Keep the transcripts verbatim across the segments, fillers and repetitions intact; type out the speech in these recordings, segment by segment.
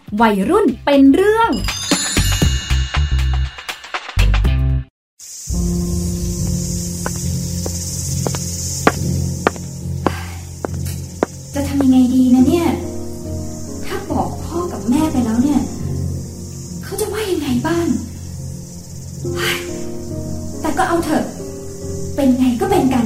วัยรุ่นเป็นเรื่องจะทำยังไงดีนะเนี่ยถ้าบอกพ่อกับแม่ไปแล้วเนี่ยเขาจะว่ายังไงบ้างแต่ก็เอาเถอะเป็นไงก็เป็นกัน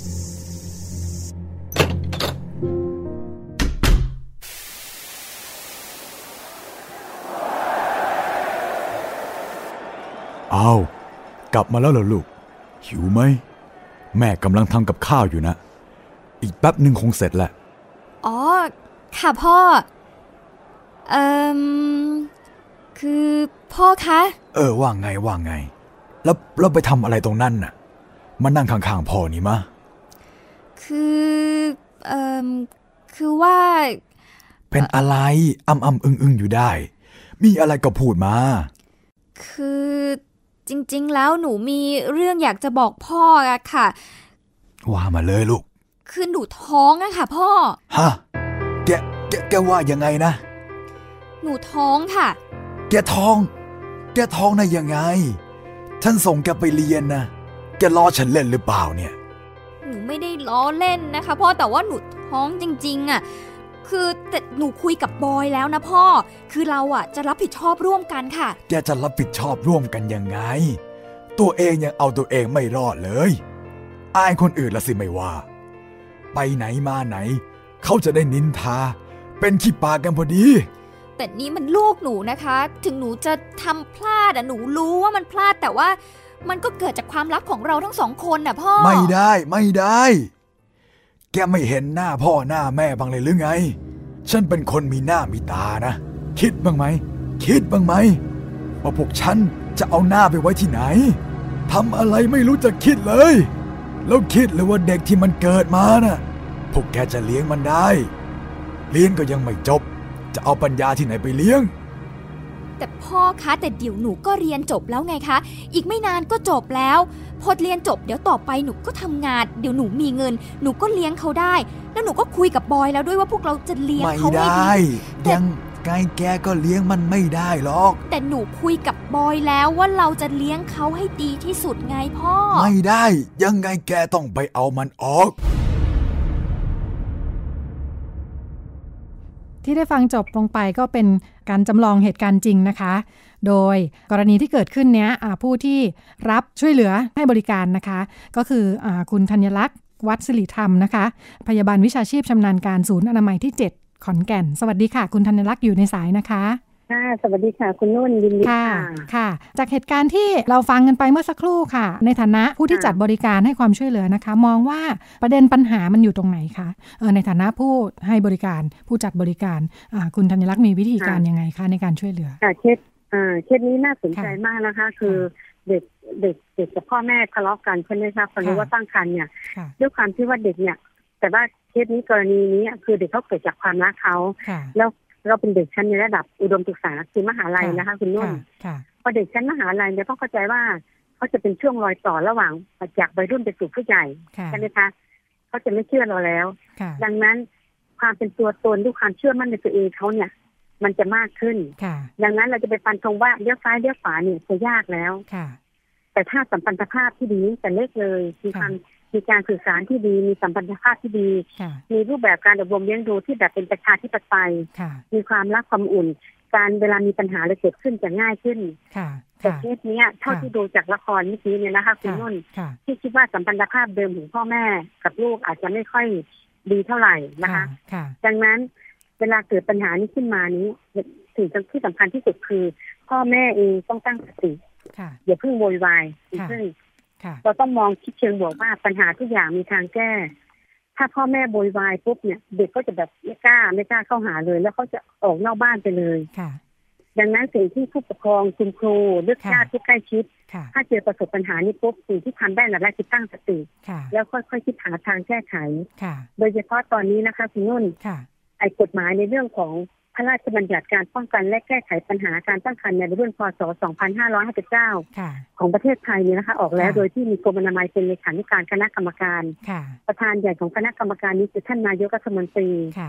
อ้าวกลับมาแล้วเหรอลูกหิวไหมแม่กำลังทำกับข้าวอยู่นะอีกแป๊บหนึ่งคงเสร็จแหละอ๋อค่ะพ่อเอ่อคือพ่อคะเออว่าไงว่าไงแล้วเราไปทำอะไรตรงนั้นน่ะมานั่งข้างๆพ่อนี่มะคือเอ่อคือว่าเป็นอะไรอ้ำอ้ำอึ้งอึ้งอยู่ได้มีอะไรก็พูดมาคือจริงๆแล้วหนูมีเรื่องอยากจะบอกพ่ออะค่ะว่ามาเลยลูกคือหนูท้องอะค่ะพ่อฮะแกแกแกว่ายังไงนะหนูท้องค่ะแกท้องแกท้องได้ยังไงฉันส่งแกไปเรียนนะแกล้อฉันเล่นหรือเปล่าเนี่ยหนูไม่ได้ล้อเล่นนะคะพ่อแต่ว่าหนูท้องจริงๆอะคือแต่หนูคุยกับบอยแล้วนะพ่อคือเราอ่ะจะรับผิดชอบร่วมกันค่ะแกจะรับผิดชอบร่วมกันยังไงตัวเองยังเอาตัวเองไม่รอดเลยอายคนอื่นละสิไม่ว่าไปไหนมาไหนเขาจะได้นินทาเป็นขี้ปากกันพอดีแต่นี่มันลูกหนูนะคะถึงหนูจะทำพลาดอ่ะหนูรู้ว่ามันพลาดแต่ว่ามันก็เกิดจากความรักของเราทั้งสองคนน่ะพ่อไม่ได้ไม่ได้แกไม่เห็นหน้าพ่อหน้าแม่บ้างเลยหรือไงฉันเป็นคนมีหน้ามีตานะคิดบ้างไหมคิดบ้างไหมว่าพวกฉันจะเอาหน้าไปไว้ที่ไหนทำอะไรไม่รู้จะคิดเลยแล้วคิดเลยว่าเด็กที่มันเกิดมาน่ะพวกแกจะเลี้ยงมันได้เลี้ยงก็ยังไม่จบจะเอาปัญญาที่ไหนไปเลี้ยงแต่พ่อคะแต่เดี๋ยวหนูก็เรียนจบแล้วไงคะอีกไม่นานก็จบแล้วพอเรียนจบเดี๋ยวต่อไปหนูก็ทำงานเดี๋ยวหนูมีเงินหนูก็เลี้ยงเขาได้แล้วหนูก็คุยกับบอยแล้วด้วยว่าพวกเราจะเลี้ยงเขาให้ดียังไงแกก็เลี้ยงมันไม่ได้หรอกแต่หนูคุยกับบอยแล้วว่าเราจะเลี้ยงเขาให้ดีที่สุดไงพ่อไม่ได้ยังไงแกต้องไปเอามันออกที่ได้ฟังจบลงไปก็เป็นการจำลองเหตุการณ์จริงนะคะโดยกรณีที่เกิดขึ้นเนี้ยผู้ที่รับช่วยเหลือให้บริการนะคะก็คืออคุณธัญลักษณ์วัดศิริธรรมนะคะพยาบาลวิชาชีพชำนาญการศูนย์อนามัยที่เจ็ดขอนแก่นสวัสดีค่ะคุณธัญลักษณ์อยู่ในสายนะคะค่ะสวัสดีค่ะคุณนุ่นยินดีค่ะค่ะจากเหตุการณ์ที่เราฟังกันไปเมื่อสักครู่ค่ะในฐานะผู้ที่จัดบริการให้ความช่วยเหลือนะคะมองว่าประเด็นปัญหามันอยู่ตรงไหนคะเออในฐานะผู้ให้บริการผู้จัดบริการคุณธัญลักษณ์มีวิธีการยังไงคะในการช่วยเหลือค่ะเคสอ่าเคสนี้น่าสนใจมากนะคะคือเด็กเด็กเด็กกับพ่อแม่ทะเลาะกันใช่ไหมคะพอรู้ว่าตั้งครรภ์เนี่ยด้วยความที่ว่าเด็กเนี่ยแต่ว่าเคสนี้กรณีนี้คือเด็กเขาเกิดจากความรักเขาแล้วเราเป็นเด็กชั้นในระดับอุดมศึกษาคือมหาลัยนะคะคุณนุ่นพอเด็กชั้นมหาลัยเนี่ยต้องเข้าใจว่าเขาจะเป็นช่วงรอยต่อระหว่างจากวัยรุ่นไปสู่ผู้ใหญ่ใช่ไหมคะเขาจะไม่เชื่อเราแล้วดังนั้นความเป็นตัวตนด้วยความเชื่อมั่นในตัวเองเขาเนี่ยมันจะมากขึ้นดังนั้นเราจะไปฟันธงว่าเลี้ยวซ้ายเลี้ยวขวาเนี่ยจะยากแล้วแต่ถ้าสัมพันธภาพที่ดีแต่เล็กเลยมีความมีการสื่อสารที่ดีมีสัมพันธภาพที่ดีมีรูปแบบการอบรมเลี้ยงดูที่แบบเป็นประชาธิปไตยมีความรักความอุ่นการเวลามีปัญหาอะไรเกิดขึ้นจะง่ายขึ้นแต่เคสนี้เท่าที่ดูจากละครเมื่อกี้เนี่ยนะคะคุณนุ่นที่คิดว่าสัมพันธภาพเดิมของพ่อแม่กับลูกอาจจะไม่ค่อยดีเท่าไหร่นะคะดังนั้นเวลาเกิดปัญหานี้ขึ้นมานี้สิ่งที่สำคัญที่สุดคือพ่อแม่เองต้องตั้งสติอย่าเพิ่งโวยวายอย่าเพิ่งเราต้องมองคิดเชิงบวกว่าปัญหาทุกอย่างมีทางแก้ถ้าพ่อแม่โวยวายปุ๊บเนี่ยเด็กก็จะแบบไม่กล้าไม่กล้าเข้าหาเลยแล้วเขาจะออกนอกบ้านไปเลยดังนั้นสิ่งที่ผู้ปกครองคุณครูหรือญาติที่ใกล้ชิดถ้าเจอประสบปัญหานี้ปุ๊บสิ่งที่ทำได้หลักแรกคือตั้งสติแล้วค่อยๆคิดหาทางแก้ไขโดยเฉพาะตอนนี้นะคะคุณนุ่นไอ้กฎหมายในเรื่องของพระราชบัญญัติการป้องกันและแก้ไขปัญหาการตั้งครรภ์ในรุ่นพ.ศ. สองพันห้าร้อยห้าสิบเก้าของประเทศไทยนี่นะคะออกแล้วโดยที่มีกรมอนามัยเป็นเลขาธิการคณะกรรมการประธานใหญ่ของคณะกรรมการนี้คือท่านนายกรัฐมนตรี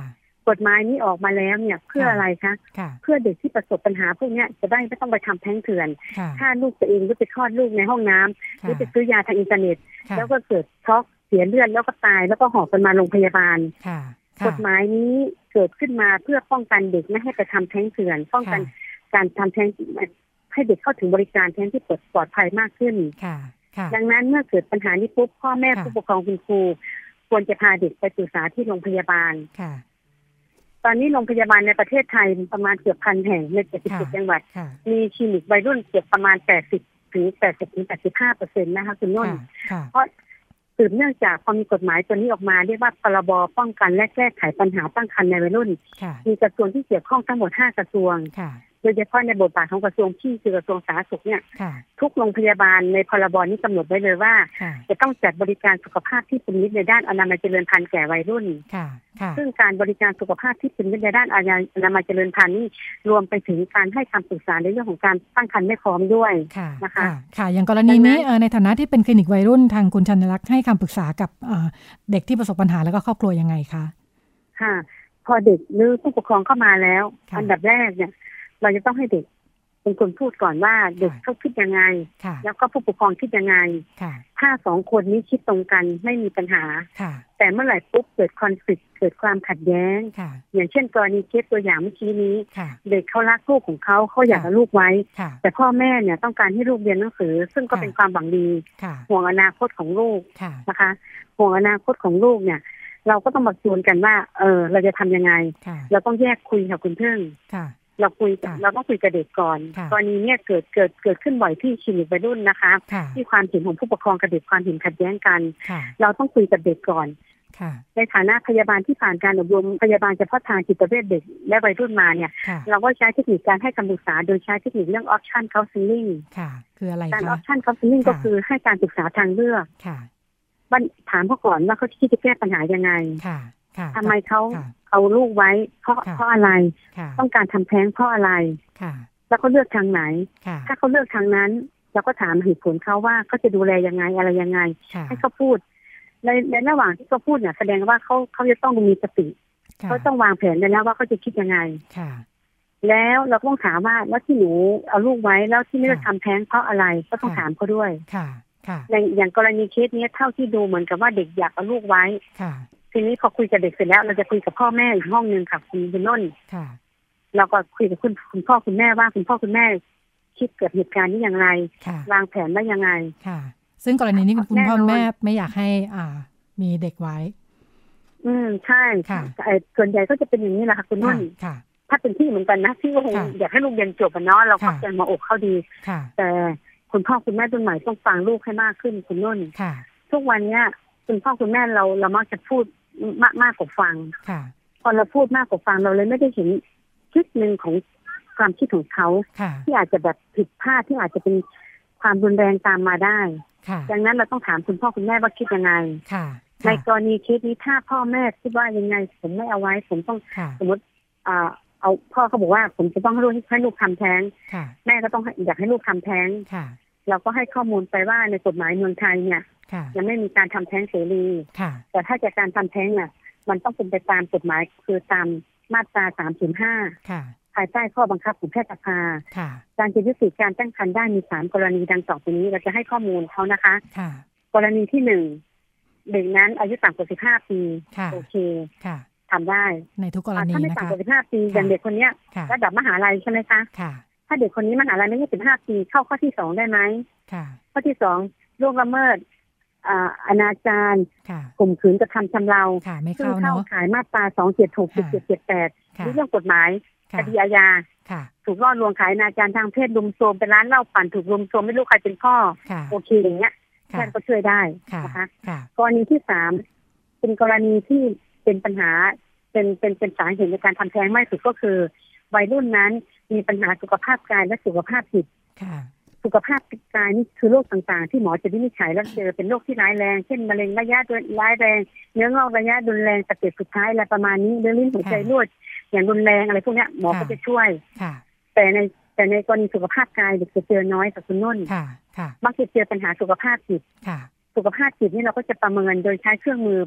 กฎหมายนี้ออกมาแล้วเนี่ยเพื่ออะไรคะเพื่อเด็กที่ประสบปัญหาพวกนี้จะได้ไม่ต้องไปทำแท้งเถื่อนถ้าลูกตัวเองหรือไปคลอดลูกในห้องน้ำหรือไปซื้อยาทางอินเทอร์เน็ตแล้วก็เกิดช็อกเสียเลือดแล้วก็ตายแล้วก็หอบกันมาโรงพยาบาลกฎหมายนี้เกิดขึ้นมาเพื่อป้องกันเด็กไม่ให้ไปทำแท้งเถื่อนป้องกันการทำแท้งให้เด็กเข้าถึงบริการแท้งที่ปลอดภัยมากขึ้นดังนั้นเมื่อเกิดปัญหานี้ปุ๊บพ่อแม่ผู้ปกครองคุณครูควรจะพาเด็กไปปรึกษาที่โรงพยาบาลตอนนี้โรงพยาบาลในประเทศไทยประมาณเกือบพันแห่งในเจ็ดสิบเจ็ดจังหวัดมีคลินิกวัยรุ่นเกือบประมาณแปดสิบถึงแปดสิบถึงแปดสิบห้าเปอร์เซ็นต์นะคะคุณนุ่นเพราะสืบเนื่องจากพอมีกฎหมายตัวนี้ออกมาเรียกว่าพรบป้องกันและแก้ไขปัญหาตั้งครรภ์ในวัยรุ่นมีกระทรวงที่เกี่ยวข้องทั้งหมดห้ากระทรวงโดยเฉพาะในบทบาทของกระทรวงที่คือกระทรวงสาธารณสุขเนี่ยทุกโรงพยาบาลในพรบนี้กำหนดไว้เลยว่าจะต้องจัดบริการสุขภาพที่เป็นมิตรในด้านอนามัยเจริญพันธุ์แก่วัยรุ่นซึ่งการบริการสุขภาพที่เป็นมิตรในด้านอนามัยเจริญพันธุ์นี่รวมไปถึงการให้คำปรึกษาในเรื่องของการตั้งครรภ์ไม่พร้อมด้วยนะคะค่ะอย่างกรณีนี้ในฐานะที่เป็นคลินิกวัยรุ่นทางคุณชัญลักษณ์ให้คำปรึกษากับเด็กที่ประสบปัญหาแล้วก็ครอบครัวยังไงคะค่ะพอเด็กหรือผู้ปกครองเข้ามาแล้วอันดับแรกเนี่ยเราจะต้องให้เด็กเป็นคนพูดก่อนว่าเด็กเขาคิดยังไงแล้วก็ผู้ปกครองคิดยังไงถ้าสองคนนี้คิดตรงกันไม่มีปัญหาแต่เมื่อไหร่ปุ๊บเกิดคอนฟลิกต์เกิดความขัดแย้งอย่างเช่นกรณีเคสตัวอย่างเมื่อกี้นี้เด็กเขารักลูกของเขาเขาอยากเอาลูกไว้แต่พ่อแม่เนี่ยต้องการให้ลูกเรียนหนังสือซึ่งก็เป็นความหวังดีห่วงอนาคตของลูกนะคะห่วงอนาคตของลูกเนี่ยเราก็ต้องมาชวนกันว่าเออเราจะทำยังไงเราต้องแยกคุยกับคุณเพิ่งเราคุยเราต้องคุยกับเด็กก่อนกรณีเนี้ยเกิดเกิดเกิดขึ้นบ่อยที่คลินิกวัยรุ่นนะคะที่ความเห็นของผู้ปกครองกับเด็กความเห็นขัดแย้งกันเราต้องคุยกับเด็กก่อนในฐานะพยาบาลที่ผ่านการอบรมพยาบาลเฉพาะทางจิตเวชเด็กและวัยรุ่นมาเนี่ยเราก็ใช้เทคนิคการให้คำปรึกษาโดยใช้เทคนิคเรื่อง option counseling คืออะไรการ option counseling ก็คือให้การปรึกษาทางเลือกถามเขาก่อนว่าเขาคิดจะแก้ปัญหายังไงทำไมเขาเอาลูกไว้เพราะเพราะอะไรต้องการทำแท้งเพราะอะไรแล้วเขาเลือกทางไหนถ้าเขาเลือกทางนั้นเราก็ถามเหตุผลเขาว่าเขาจะดูแลยังไงอะไรยังไงให้เขาพูดในในระหว่างที่เขาพูดเนี่ยแสดงว่าเขาเขาจะต้องมีสติเขาต้องวางแผนได้แล้วว่าเขาจะคิดยังไงแล้วเราต้องถามว่าแล้วที่หนูเอาลูกไว้แล้วที่ไม่ได้ทำแท้งเพราะอะไรก็ต้องถามเขาด้วยอย่างอย่างกรณีเคสนี้เท่าที่ดูเหมือนกับว่าเด็กอยากเอาลูกไว้ทีนี้พอคุยกับเด็กเสร็จแล้วเราจะคุยกับพ่อแม่อีกห้องนึงค่ะคุณคุณนุ่นเราก็คุยกับคุณคุณพ่อคุณแม่ว่าคุณพ่อคุณแม่คิดเกิดเหตุการณ์นี้อย่างไรวางแผนได้ยังไงซึ่งกรณีนี้คุณพ่อแม่ไม่อยากให้อ่ามีเด็กไว้อืมใช่ค่ะส่วนใหญ่ก็จะเป็นอย่างนี้แหละค่ะคุณนุ่นถ้าเป็นที่เหมือนกันนะที่ว่าอยากให้ลูกเรียนจบเนาะเราก็จะมาอกเขาดีแต่คุณพ่อคุณแม่รุ่นใหม่ต้องฟังลูกให้มากขึ้นคุณนุ่นทุกวันเนี้ยคุณพ่อคุณแม่เราเรามักจะพูดมากมากกว่าฟังพอเราพูดมากกว่าฟังเราเลยไม่ได้เห็นคิดหนึ่งของความคิดของเขาที่อาจจะแบบผิดพลาดที่อาจจะเป็นความรุนแรงตามมาได้ดังนั้นเราต้องถามคุณพ่อคุณแม่ว่าคิดยังไงในกรณีเคสนี้ถ้าพ่อแม่คิดว่ายังไงผมไม่เอาไว้ผมต้องสมมติอ่าเอาพ่อเขาบอกว่าผมจะต้องให้ลูกให้ลูกทำแท้งแม่ก็ต้องอยากให้ลูกทำแท้งเราก็ให้ข้อมูลไปว่าในกฎหมายเมืองไทยเนี่ยยังไม่มีการทำแท้งเสรีแต่ถ้าจากการทำแท้งเนี่ยมันต้องเป็นไปตามกฎหมายคือตามมาตราสามสิบห้าภายใต้ข้อบังคับของแพทยสภาการจะยุติการตั้งครรภ์ได้มีสามกรณีดังต่อไปนี้เราจะให้ข้อมูลเขานะคะกรณีที่หนึ่งเด็กนั้นอายุต่ำกว่าสิบห้าปีโอเคทำได้ในทุกกรณีนะคะถ้าไม่ต่ำกว่าสิบห้าปีอย่างเด็กคนนี้ระดับมหาลัยใช่ไหมคะถ้าเด็กคนนี้มหาลัยไม่ใช่สิบห้าปีเข้าข้อที่สองได้ไหมข้อที่สองล่วงละเมิดอนาจารข่มขืนกระทำชำเราซึ่งเข้าข่ายมาตราสองเจ็ดหกสิบเจ็ดเจ็ดแปดนี่เรื่องกฎหมายคดีอาญาถูกล่อลวงขายอนาจารทางเพศลุมโทรมเป็นร้านเหล้าปั่นถูกลุมโทรมไม่รู้ใครเป็นพ่อโอเคอย่างเงี้ยแค่ก็ช่วยได้นะคะกรณีที่สามเป็นกรณีที่เป็นปัญหาเป็นเป็นเป็นสาเหตุในการทำแท้งไม่สุดก็คือวัยรุ่นนั้นมีปัญหาสุขภาพกายและสุขภาพจิตสุขภาพกายนี่คือโรคต่างๆที่หมอจะวินิจฉัยแล้วเจอเป็นโรคที่ร้ายแรงเช่นมะเร็งระยะร้ายแรงเนื้องอกระยะรุนแรงสะเก็ดสุดท้ายอะไรประมาณนี้เรื่องลิ้นหัวใจรั่วอย่างรุนแรงอะไรพวกนี้หมอก็จะช่วยแต่ในแต่ในกรณีสุขภาพกายเด็กจะเจอน้อยแต่คุณนุ่นมักจะเจอปัญหาสุขภาพจิตสุขภาพจิตนี่เราก็จะประเมินโดยใช้เครื่องมือ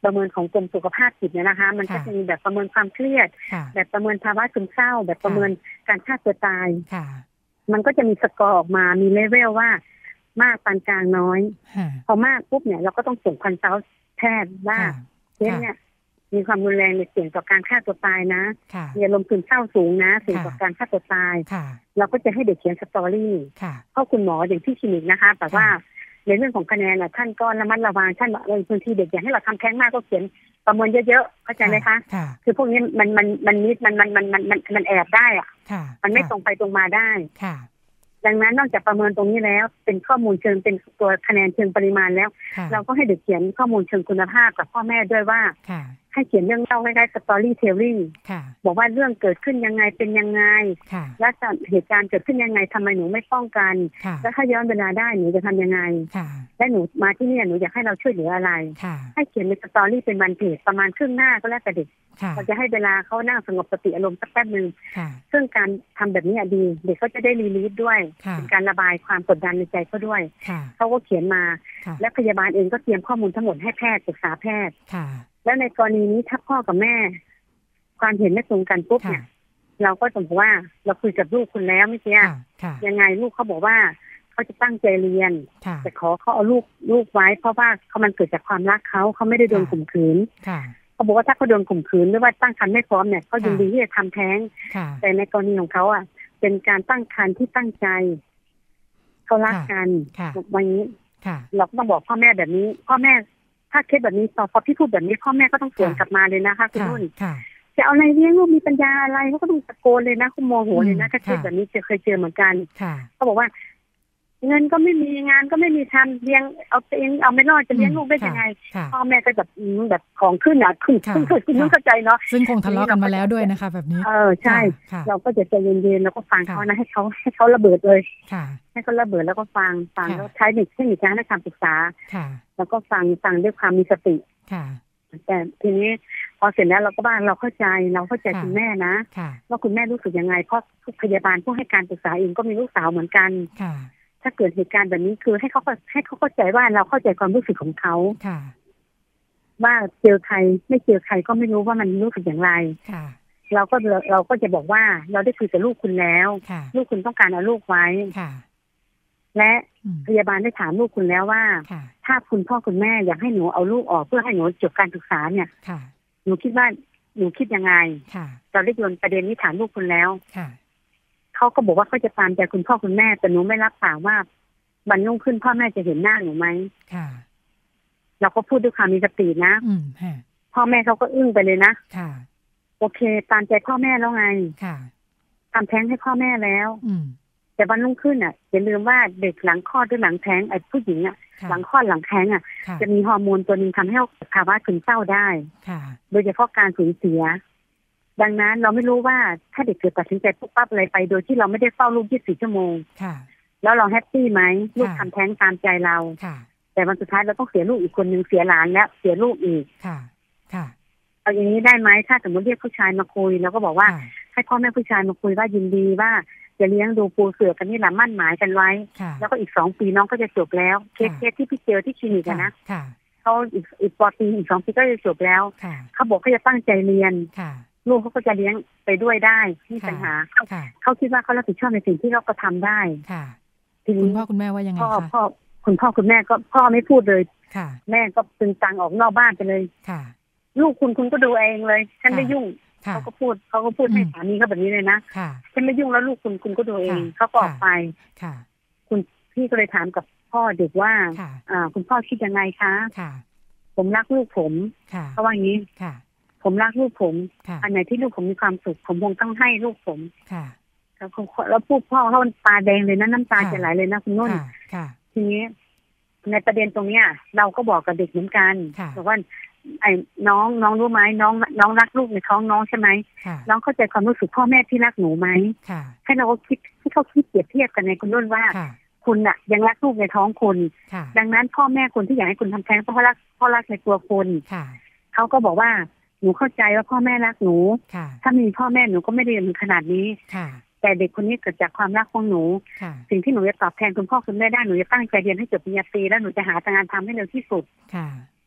ประเมินของกรมสุขภาพจิตเนี่ยนะคะมันก็จะมีแบบประเมินความเครียดแบบประเมินภาวะซึมเศร้าแบบประเมินการฆ่าตัวตายมันก็จะมีสกอร์ออกมามีเลเวลว่ามากปานกลางน้อยพอมากปุ๊บเนี่ยเราก็ต้องส่งคอนซัลท์แพทย์ว่าเคสเนี่ยมีความรุนแรงในเสี่ยงต่อการฆ่าตัวตายนะมีอารมณ์ซึมเศร้าสูงนะเสี่ยงต่อการฆ่าตัวตายเราก็จะให้เด็กเขียนสตอรี่เพราะคุณหมออย่างที่คลินิกนะคะแต่ว่าในเรื่องของคะแนนน่ะท่านก็ระมัดระวังท่านบอกเลยบางทีเด็กอยากให้เราทำแท้งมากก็เขียนประเมินเยอะๆเข้าใจไหมคะคือพวกนี้มันมันมันนิดมันมันมันมันมันแอบได้อ่ะมันไม่ตรงไปตรงมาได้ดังนั้นนอกจากประเมินตรงนี้แล้วเป็นข้อมูลเชิงเป็นตัวคะแนนเชิงปริมาณแล้วเราก็ให้เด็กเขียนข้อมูลเชิงคุณภาพกับพ่อแม่ด้วยว่าให้เขียนเรื่องเล่าให้ได้สตอรี่เทลลิ่งบอกว่าเรื่องเกิดขึ้นยังไงเป็นยังไงและเหตุการณ์เกิดขึ้นยังไงทำไมหนูไม่ป้องกันแล้วถ้าย้อนเวลาได้หนูจะทำยังไงและหนูมาที่นี่หนูอยากให้เราช่วยเหลืออะไรให้เขียนเป็นสตอรี่เป็นวันเพจประมาณครึ่งหน้าก็แล้วแต่เด็กเราจะให้เวลาเขานั่งสงบสติอารมณ์สักแป๊บนึงซึ่งการทำแบบนี้ดีเด็กก็จะได้รีลีสด้วยเป็นการระบายความกดดันในใจเขาด้วยเขาก็เขียนมาและพยาบาลเองก็เตรียมข้อมูลทั้งหมดให้แพทย์ปรึกษาแพทย์แล้วในกรณีนี้ถ้าพ่อกับแม่ความเห็นไม่ตรงกันปุ๊บเนี่ยเราก็จะบอกว่าเราคุยกับลูกคุณแล้วเมื่อกี้ยังไงลูกเขาบอกว่าเขาจะตั้งใจเรียนแต่ขอเขาเอาลูกลูกไว้เพราะว่าเขามันเกิดจากความรักเขาเขาไม่ได้โดนข่มขืนเขาบอกว่าถ้าเขาโดนข่มขืนหรือว่าตั้งครรภ์ไม่พร้อมเนี่ยเขายินดีที่จะทำแท้งแต่ในกรณีของเขาอ่ะเป็นการตั้งครรภ์ที่ตั้งใจเขารักกันวันนี้เราก็ต้องบอกพ่อแม่แบบนี้พ่อแม่ถ้าเคสแบบนี้พอพี่พูดแบบนี้พ่อแม่ก็ต้องสวนกลับมาเลยนะคะคุณนุ่นจะเอาอะไรเลี้ยงลูกมีปัญญาอะไรเขาก็ต้องตะโกนเลยนะเขาโมโหเลยนะถ้าเคสแบบนี้จะเคยเจอเหมือนกันเขาบอกว่าเงินก็ไม่มีงานก็ไม่มีทำเลี้ยงเอาเองเอาไม่รอดจะเลี้ยงลูกได้ยังไงพ่อแม่ก็แบบแบบของขึ้นอ่ะขึ้นขึ้นขึ้นคุณนุ่นเข้าใจเนาะซึ่งคงทะเลาะกันมาแล้วด้วยนะคะแบบนี้เออใช่เราก็จะใจเย็นๆแล้วก็ฟังเขานะให้เขาให้เขาระเบิดเลยให้เขาระเบิดแล้วก็ฟังฟังแล้วใช้เด็กเทคนิคการให้คำปรึกษาแล้วก็ฟังฟังด้วยความมีสติแต่ทีนี้พอเสร็จแล้วเราก็บ้านเราเข้าใจเราเข้าใจคุณแม่นะว่าคุณแม่รู้สึกยังไงเพราะทุกพยาบาลผู้ให้การปรึกษาเองก็มีลูกสาวเหมือนกันถ้าเกิดเหตุการณ์แบบนี้คือให้เขาให้เขาเข้าใจว่าเราเข้าใจความรู้สึกของเขาว่าเจอใครไม่เจอใครก็ไม่รู้ว่ามันรู้สึกอย่างไรเราก็เราก็จะบอกว่าเราได้คุยกับลูกคุณแล้วลูกคุณต้องการเอาลูกไว้และพยาบาลได้ถามลูกคุณแล้วว่าถ้าคุณพ่อคุณแม่อยากให้หนูเอาลูกออกเพื่อให้หนูจบการศึกษาเนี่ยหนูคิดว่าหนูคิดยังไงเราได้โยนประเด็นนี้ถามลูกคุณแล้วเขาก็บอกว่าเขาจะตามใจคุณพ่อคุณแม่แต่หนูไม่รับปากว่าวันรุ่งขึ้นพ่อแม่จะเห็นหน้าหนูไหมเราก็พูดด้วยความมีสตินะพ่อแม่เขาก็อึ้งไปเลยนะโอเคตามใจพ่อแม่แล้วไงทำแท้งให้พ่อแม่แล้วแต่วันรุ่งขึ้นอ่ะอย่าลืมว่าเด็กหลังคลอดด้วยหลังแท้งไอ้ผู้หญิงอ่ะหลังคลอดหลังแท้งอ่ะจะมีฮอร์โมนตัวนึงทำให้ภาวะซึมเศร้าได้โดยเฉพาะการสูญเสียดังนั้นเราไม่รู้ว่าถ้าเด็กเกิดตัดสินใจปุ๊บปั๊บอะไรไปโดยที่เราไม่ได้เฝ้าลูกยี่สิบสี่ชั่วโมงแล้วเราแฮปปี้ไหมลูกทำแท้งตามใจเราแต่วันสุดท้ายเราต้องเสียลูกอีกคนนึงเสียหลานและเสียลูกอีกเอาอย่างนี้ได้ไหมถ้าสมมติเรียกผู้ชายมาคุยแล้วก็บอกว่าให้พ่อแม่ผู้ชายมาคุยว่ายินดีว่าจะเลี้ยงดูปูเสือกันนี่แหละมั่นหมายกันไว้แล้วก็อีกสองปีน้องก็จะจบแล้วเคสเคสที่พี่เจอที่คลินิกนะเขาอีกอีกปอปีอีกสองปีก็จะจบแล้วเขาบอกเขาจะตั้งใจเรียนลูกเขาก็จะเลี้ยงไปด้วยได้ไม่มีปัญหาเขาคิดว่าเขารับผิดชอบในสิ่งที่เราก็ทำได้ทีนี้คุณพ่อคุณแม่ว่ายังไงคะพ่อคุณพ่อคุณแม่ก็พ่อไม่พูดเลยแม่ก็ตึงตังออกนอกบ้านไปเลยลูกคุณคุณก็ดูเองเลยฉันไม่ยุ่งเขาก็พูดเขาก็พูดให้สามีเขาแบบนี้เลยนะฉันไม่ยุ่งแล้วลูกคุณคุณก็ดูเองเขาก็ออกไปคุณพี่ก็เลยถามกับพ่อเด็กว่าอ่าคุณพ่อคิดยังไงคะผมรักลูกผมเขาว่าอย่างนี้ผมรักลูกผมอันไหนที่ลูกผมมีความสุขผมคงต้องให้ลูกผมแล้วแล้วพูดพ่อเขาตาแดงเลยนะน้ำตาจะไหลเลยนะคุณนุ่นทีนี้ในประเด็นตรงเนี้ยเราก็บอกกับเด็กเหมือนกันบอกว่าไอ้น้องน้องรู้ไหมน้องน้องรักลูกในท้องน้องใช่ไหมน้องเข้าใจความรู้สึกพ่อแม่ที่รักหนูไหมให้เราก็คิดให้เขาคิดเปรียบเทียบกันในคุณนุ่นว่าคุณอะยังรักลูกในท้องคุณดังนั้นพ่อแม่คนที่อยากให้คุณทำแท้งเพราะรักเพราะรักในตัวคุณเขาก็บอกว่าหนูเข้าใจว่าพ่อแม่รักหนูถ้ามีพ่อแม่หนูก็ไม่ได้ถึงขนาดนี้แต่เด็กคนนี้เกิดจากความรักของหนูสิ่งที่หนูจะตอบแทนคุณพ่อคุณแม่ได้หนูจะตั้งใจเรียนให้จบปริญญาตรีแล้วหนูจะหางานทำให้เร็วที่สุด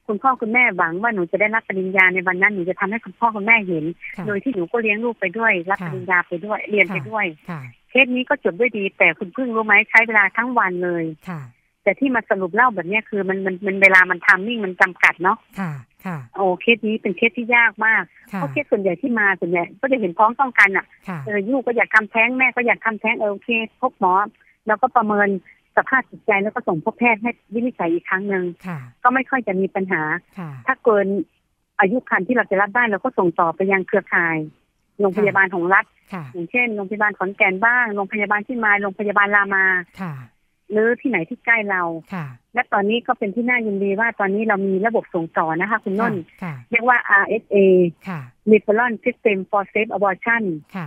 คุณพ่อคุณแม่หวังว่าหนูจะได้รับปริญญาในวันนั้นหนูจะทำให้คุณพ่อคุณแม่เห็นโดยที่หนูก็เลี้ยงลูกไปด้วยรับปริญญาไปด้วยเรียนไปด้วยเคสนี้ก็จบด้วยดีแต่คุณพึ่งรู้ไหมใช้เวลาทั้งวันเลยแต่ที่มาสรุปเล่าแบบนี้คือมันมันมันเวลามันทำมิ่งมันจำกัดเนาะโอ้เคสนี้เป็นเคสที่ยากมากเพราะเคสส่วนใหญ่ที่มาส่วนใหญ่ก็จะเห็นพ้องต้องกันอ่ะเออลูกก็อยากทำแท้งแม่ก็อยากทำแท้งเออโอเคพบหมอแล้วก็ประเมินสภาพจิตใจแล้วก็ส่งพบแพทย์ให้วินิจฉัยอีกครั้งหนึ่งก็ไม่ค่อยจะมีปัญหาถ้าเกินอายุครรภ์ที่เราจะรับได้เราก็ส่งต่อไปยังเครือข่ายโรงพยาบาลของรัฐอย่างเช่นโรงพยาบาลขอนแก่นบ้างโรงพยาบาลที่มายโรงพยาบาลรามาหรือที่ไหนที่ใกล้เราและตอนนี้ก็เป็นที่น่ายินดีว่าตอนนี้เรามีระบบส่งต่อนะคะคุณนุ่นเรียกว่า อาร์ เอส เอ Referral System for Safe Abortion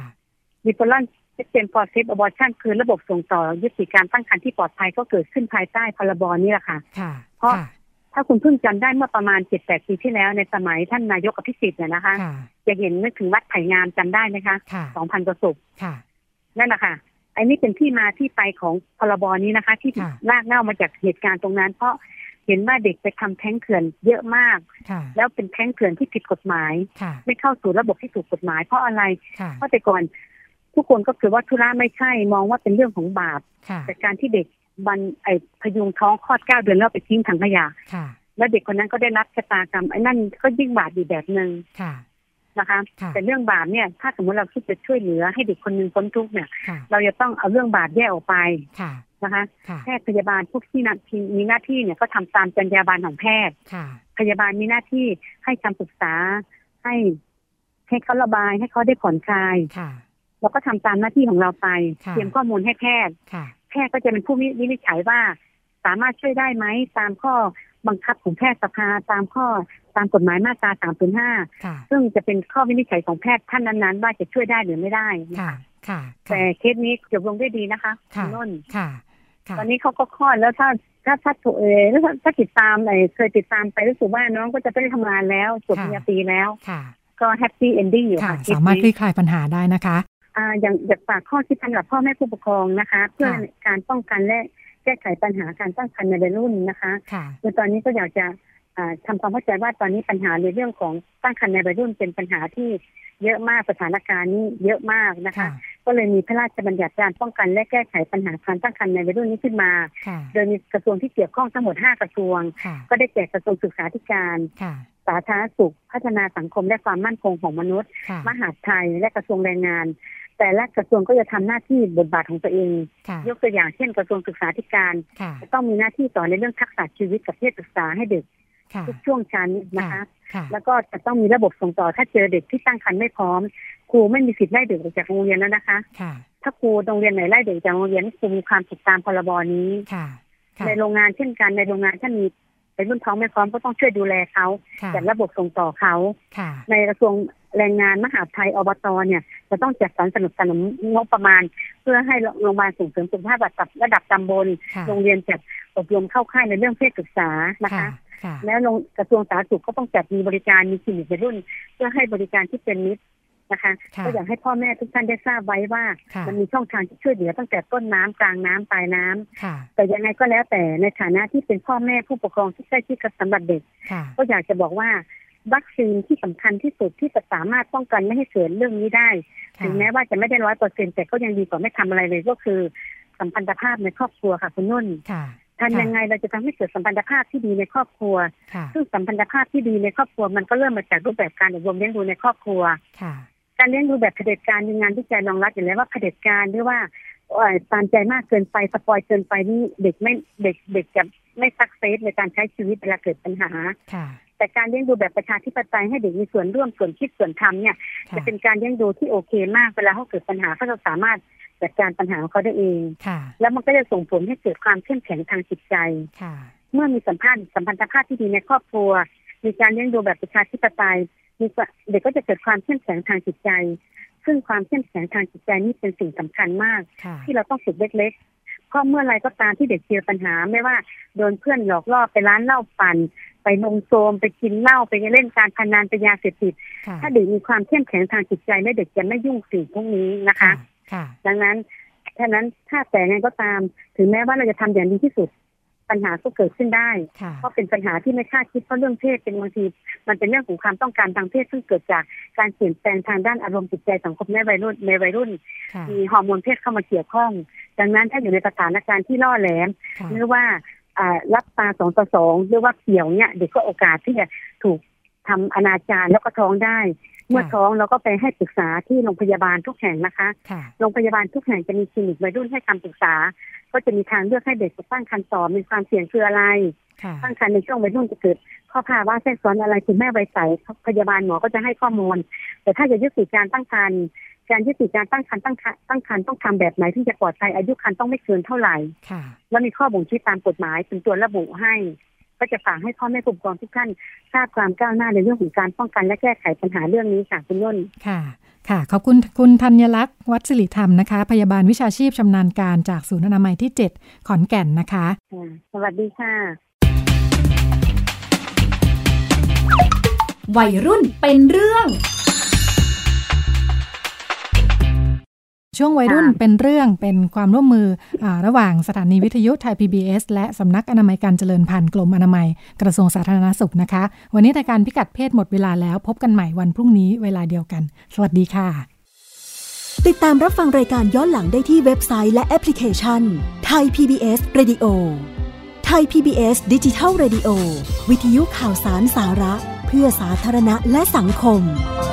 Referral System for Safe Abortion คือระบบส่งต่อยุติการตั้งครรภ์ที่ปลอดภัยก็เกิดขึ้นภายใต้พรบนี้แหละค่ะเพราะถ้าคุณเพิ่งจำได้เมื่อประมาณ เจ็ดแปด ปีที่แล้วในสมัยท่านนายกอภิสิทธิ์เนี่ยนะคะจะเห็นนึกถึงวัดไผ่งามจำได้ไหมคะ สองพัน กว่าศพนั่นแหละค่ะไอ้นี่เป็นที่มาที่ไปของพรบนี้นะคะที่รากเหง้ามาจากเหตุการณ์ตรงนั้นเพราะเห็นว่าเด็กไปทำแท้งเถื่อนเยอะมากแล้วเป็นแท้งเถื่อนที่ผิดกฎหมายไม่เข้าสู่ระบบที่ถูกกฎหมายเพราะอะไรเพราะแต่ก่อนทุกคนก็คือว่าธุระไม่ใช่มองว่าเป็นเรื่องของบาปแต่การที่เด็กบันไอพยุงท้องคลอดเก้าเดือนแล้วไปทิ้งถังขยะแล้วเด็กคนนั้นก็ได้รับชะตากรรมไอ้นั่นก็ยิ่งบาปอีกแบบนึงนะคะแต่เรื่องบาปเนี่ยถ้าสมมติเราคิดจะช่วยเหลือให้เด็กคนนึงพ้นทุกข์เนี่ยเราจะต้องเอาเรื่องบาปแยกออกไปนะคะแพทย์พยาบาลพวกที่มีหน้าที่เนี่ยก็ทำตามจรรยาบรรณของแพทย์พยาบาลมีหน้าที่ให้คำปรึกษาให้ให้เขาระบายให้เขาได้ผ่อนคลายเราก็ทำตามหน้าที่ของเราไปเตรียมข้อมูลให้แพทย์แพทย์ก็จะเป็นผู้วินิจฉัยว่าสามารถช่วยได้ไหมตามข้อบังคับของแพทยสภาตามข้อตามกฎหมายมาตราสามศูนย์ห้าซึ่งจะเป็นข้อวินิจฉัยของแพทย์ท่านนั้นๆว่าจะช่วยได้หรือไม่ได้ค่ะแต่เคสนี้จบลงด้วยดีนะคะคุณนุ่นตอนนี้เขาก็คลอดแล้วถ้าถ้าถ้าเออถ้าติดตามไอ้เคยติดตามไปรู้สึกว่าน้องก็จะได้ทำงานแล้วจบปริญญาตรีแล้วก็แฮปปี้เอนดิ้งอยู่ค่ะสามารถคลี่คลายปัญหาได้นะคะอ่าอย่างอยากฝากข้อคิดสำหรับพ่อแม่ผู้ปกครองนะคะเพื่อการป้องกันและแก้ไขปัญหาการตั้งครรภ์ในวัยรุ่นนะคะในตอนนี้ก็อยากจะทำความเข้าใจว่าตอนนี้ปัญหาในเรื่องของตั้งครรภ์ในวัยรุ่นเป็นปัญหาที่เยอะมากสถานการณ์นี้เยอะมากนะคะก็เลยมีพระราชบัญญัติการป้องกันและแก้ไขปัญหาการตั้งครรภ์ในวัยรุ่นนี้ขึ้นมาโดยมีกระทรวงที่เกี่ยวข้องทั้งหมดห้ากระทรวงก็ได้แก่กระทรวงศึกษาธิการสาธารณสุขพัฒนาสังคมและความมั่นคงของมนุษย์มหาดไทยและกระทรวงแรงงานแต่ละกระทรวงก็จะทำหน้าที่บทบาทของตัวเองยกตัวอย่างเช่นกระทรวงศึกษาธิการจะต้องมีหน้าที่สอนในเรื่องทักษะชีวิตกับเพศศึกษาให้เด็กทุกช่วงชั้นนะคะแล้วก็จะต้องมีระบบส่งต่อถ้าเจอเด็กที่ตั้งครรภ์ไม่พร้อมครูไม่มีสิทธิ์ไล่เด็กออกจากโรงเรียนแล้วนะคะถ้าครูโรงเรียนไหนไล่เด็กจากโรงเรียนครูมีความผิดตามพรบนี้ในโรงงานเช่นกันในโรงงานถ้ามีเป็นรุ่นท้องไม่พร้อมก็ต้องช่วยดูแลเขาจัดระบบส่งต่อเขาในกระทรวงแรงงานมหาดไทยอบตเนี่ยจะต้องจัดสรรสนับสนุนงบประมาณเพื่อให้โรงพยาบาลส่งเสริมสุขภาพระดับระดับตำบลโรงเรียนจัดอบรมเข้าค่ายในเรื่องเพศศึกษานะคะแล้วกระทรวงสาธารณสุขก็ต้องจัดมีบริการมีคลินิกวัยรุ่นเพื่อให้บริการที่เป็นมิตรนะคะก็อยากให้พ่อแม่ทุกท่านได้ทราบไว้ว่ามันมีช่องทางที่ช่วยเหลือตั้งแต่ต้นน้ำกลางน้ำปลายน้ำแต่ยังไงก็แล้วแต่ในฐานะที่เป็นพ่อแม่ผู้ปกครองที่ใกล้ชิดกับสำหรับเด็กก็อยากจะบอกว่าวัคซีนที่สำคัญที่สุดที่จะสามารถป้องกันไม่ให้เกิดเรื่องนี้ได้ถึงแม้ว่าจะไม่ได้ร้อยเปอร์เซ็นต์แต่ก็ยังดีกว่าไม่ทำอะไรเลยก็คือสัมพันธภาพในครอบครัวค่ะคุณนุ่นทำยังไงเราจะทำให้เกิดสัมพันธภาพที่ดีในครอบครัวซึ่งสัมพันธภาพที่ดีในครอบครัวมันก็เริ่มมาจากรูปแบบการอบรมเลี้ยงดูในครอบครัวการเลี้ยงดูแบบเผด็จการมีงานวิจัยรองรับอยู่แล้วว่าเผด็จการหรือว่าตามใจมากเกินไปสปอยเกินไปนี่เด็กไม่เด็กเด็กจะไม่ซักเซสในการใช้ชีวิตเวลาเกิดปัญหาแต่การเลี้ยงดูแบบประชาธิปไตยให้เด็กมีส่วนร่วมส่วนคิดส่วนทำเนี่ยจะเป็นการเลี้ยงดูที่โอเคมากเวลาเขาเกิดปัญหาเขาจะสามารถจัดการปัญหาของเขาได้เองแล้วมันก็จะส่งผลให้เกิดความเข้มแข็งทางจิตใจเมื่อมีสัมพันธ์สัมพันธภาพที่ดีในครอบครัวมีการเลี้ยงดูแบบประชาธิปไตยเด็กก็จะเกิดความเข้มแข็งทางจิตใจซึ่งความเข้มแข็งทางจิตใจนี่เป็นสิ่งสำคัญมากที่เราต้องฝึกเล็กๆเพราะเมื่อไรก็ตามที่เด็กเจอปัญหาไม่ว่าโดนเพื่อนหลอกล่อไปร้านเหล้าปั่นไปนมโซมไปกินเหล้าไปเล่นการพนันไปยาเสพติดถ้าเด็กมีความเข้มแข็งทางจิตใจและเด็กจะไม่ยุ่งสิ่งพวกนี้นะคะดังนั้นฉะนั้นถ้าแต่ไงก็ตามถึงแม้ว่าเราจะทำอย่างดีที่สุดปัญหาก็เกิดขึ้นได้เพราะเป็นปัญหาที่ไม่คาดคิดเพราะเรื่องเพศเป็นบางทีมันเป็นเรื่องของความต้องการทางเพศซึ่งเกิดจากการเปลี่ยนแปลงทางด้านอารมณ์จิตใจสังคมในวัยรุ่นในวัยรุ่นมีฮอร์โมนเพศเข้ามาเกี่ยวข้องดังนั้นถ้าอยู่ในสถานการณ์ที่ล่อแหลมหรือว่ารับตาสองต่อสองหรือว่าเกี่ยวเนี่ยเด็กก็โอกาสที่จะถูกทำอนาจารแล้วก็ท้องได้เมื่อท้องเราก็ไปให้ปรึกษาที่โรงพยาบาลทุกแห่งนะคะโรงพยาบาลทุกแห่งจะมีคลินิกวัยรุ่นให้คำปรึกษาก็จะมีทางเลือกให้เด็กตั้งครรภ์ต่อมีความเสี่ยงคืออะไรตั้งครรภ์ในช่วงวัยรุ่นจะเกิดข้อภาวะแทรกซ้อนอะไรคุณแม่วัยใสพยาบาลหมอก็จะให้ข้อมูลแต่ถ้าจะยุติการตั้งครรภ์การยุติการตั้งครรภ์ตั้งตั้งครรภ์ต้องทำแบบไหนที่จะปลอดภัยอายุครรภ์ต้องไม่เกินเท่าไหร่แล้วมีข้อบ่งชี้ตามกฎหมายเป็นตัวระบุให้ก็จะฝากให้พ่อแม่ผู้ปกครองทุกท่านทราบความก้าวหน้าในเรื่องของการป้องกันและแก้ไขปัญหาเรื่องนี้ค่ะคุณย่นค่ะค่ะขอบคุณคุณธัญลักษณ์วัดศิริธรรมนะคะพยาบาลวิชาชีพชำนาญการจากศูนย์อนามัยที่เจ็ดขอนแก่นนะคะสวัสดีค่ะวัยรุ่นเป็นเรื่องช่วงวัยรุ่นเป็นเรื่องเป็นความร่วมมืออระหว่างสถานีวิทยุไทย พี บี เอส และสำนักอนามัยการเจริญพันธุ์กรมอนามัยกระทรวงสาธารณสุขนะคะวันนี้รายการพิกัดเพศหมดเวลาแล้วพบกันใหม่วันพรุ่งนี้เวลาเดียวกันสวัสดีค่ะติดตามรับฟังรายการย้อนหลังได้ที่เว็บไซต์และแอปพลิเคชัน Thai พี บี เอส Radio Thai พี บี เอส Digital Radio วิทยุข่าวสารสาระเพื่อสาธารณะและสังคม